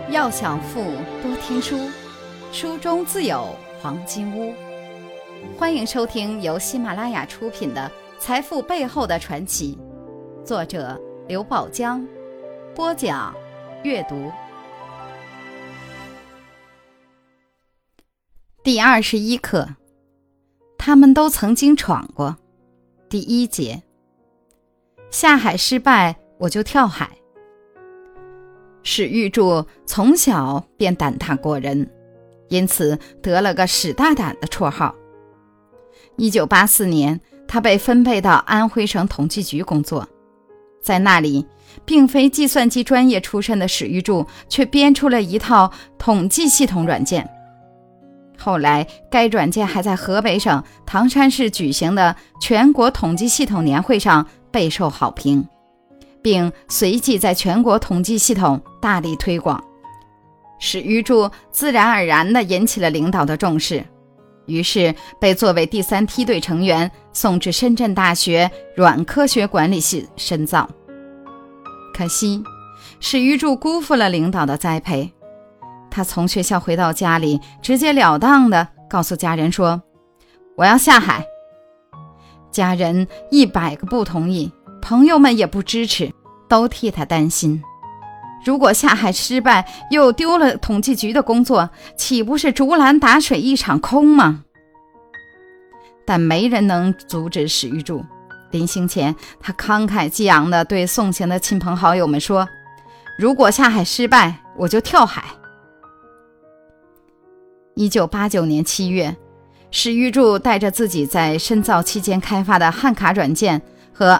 要想富，多听书，书中自有黄金屋。欢迎收听由喜马拉雅出品的《财富背后的传奇》，作者刘宝江，播讲阅读。第21课，他们都曾经闯过。第1节，下海失败，我就跳海。史玉柱从小便胆大过人，因此得了个史大胆的绰号。1984年，他被分配到安徽省统计局工作，在那里，并非计算机专业出身的史玉柱却编出了一套统计系统软件。后来，该软件还在河北省唐山市举行的全国统计系统年会上备受好评，并随即在全国统计系统大力推广。史玉柱自然而然地引起了领导的重视，于是被作为第3梯队成员送至深圳大学软科学管理系深造。可惜，史玉柱辜负了领导的栽培。他从学校回到家里，直截了当地告诉家人说：“我要下海。”家人100个不同意，朋友们也不支持，都替他担心。如果下海失败，又丢了统计局的工作，岂不是竹篮打水一场空吗？但没人能阻止史玉柱。临行前，他慷慨激昂地对送行的亲朋好友们说：“如果下海失败，我就跳海。”1989年7月，史玉柱带着自己在深造期间开发的汉卡软件和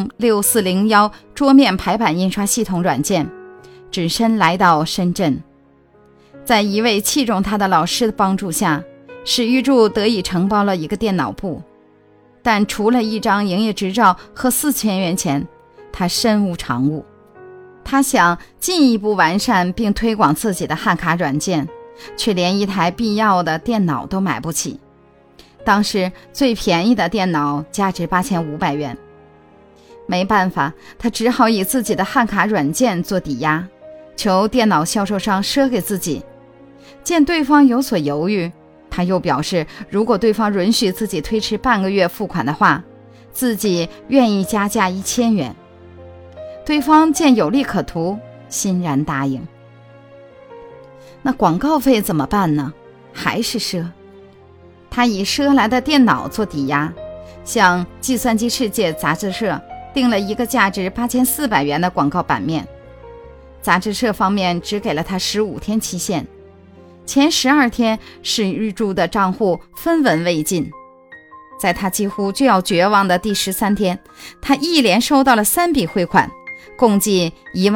M6401 桌面排版印刷系统软件，只身来到深圳。在一位器重他的老师的帮助下，史玉柱得以承包了一个电脑部，但除了一张营业执照和4000元钱，他身无长物。他想进一步完善并推广自己的汉卡软件，却连一台必要的电脑都买不起。当时最便宜的电脑价值8500元。没办法，他只好以自己的汉卡软件做抵押，求电脑销售商赊给自己。见对方有所犹豫，他又表示如果对方允许自己推迟半个月付款的话，自己愿意加价1000元。对方见有利可图，欣然答应。那广告费怎么办呢？还是赊。他以赊来的电脑做抵押，向计算机世界杂志社订了一个价值8400元的广告版面。杂志社方面只给了他15天期限，前12天史玉柱的账户分文未进。在他几乎就要绝望的第13天，他一连收到了3笔汇款，共计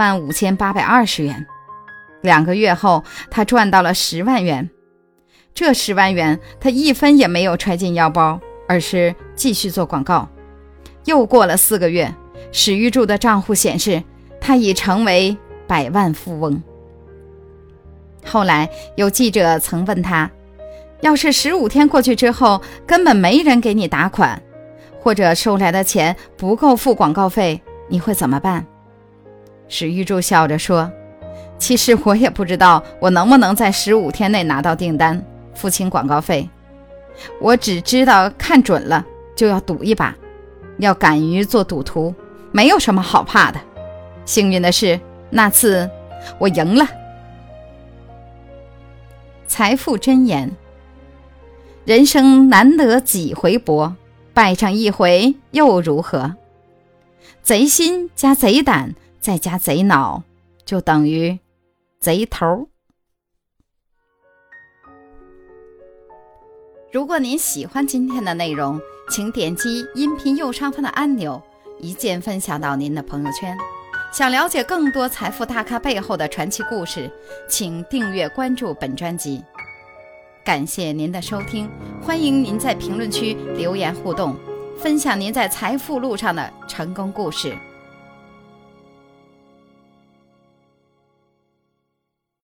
15820元。2个月后，他赚到了10万元。这10万元，他一分也没有揣进腰包，而是继续做广告。又过了4个月，史玉柱的账户显示，他已成为100万富翁。后来有记者曾问他，要是15天过去之后，根本没人给你打款，或者收来的钱不够付广告费，你会怎么办？史玉柱笑着说，其实我也不知道我能不能在15天内拿到订单，付清广告费。我只知道看准了就要赌一把，要敢于做赌徒，没有什么好怕的。幸运的是，那次我赢了。财富箴言：人生难得几回搏，败上一回又如何？贼心加贼胆再加贼脑，就等于贼头。如果您喜欢今天的内容，请点击音频右上方的按钮，一键分享到您的朋友圈。想了解更多财富大咖背后的传奇故事，请订阅关注本专辑。感谢您的收听，欢迎您在评论区留言互动，分享您在财富路上的成功故事。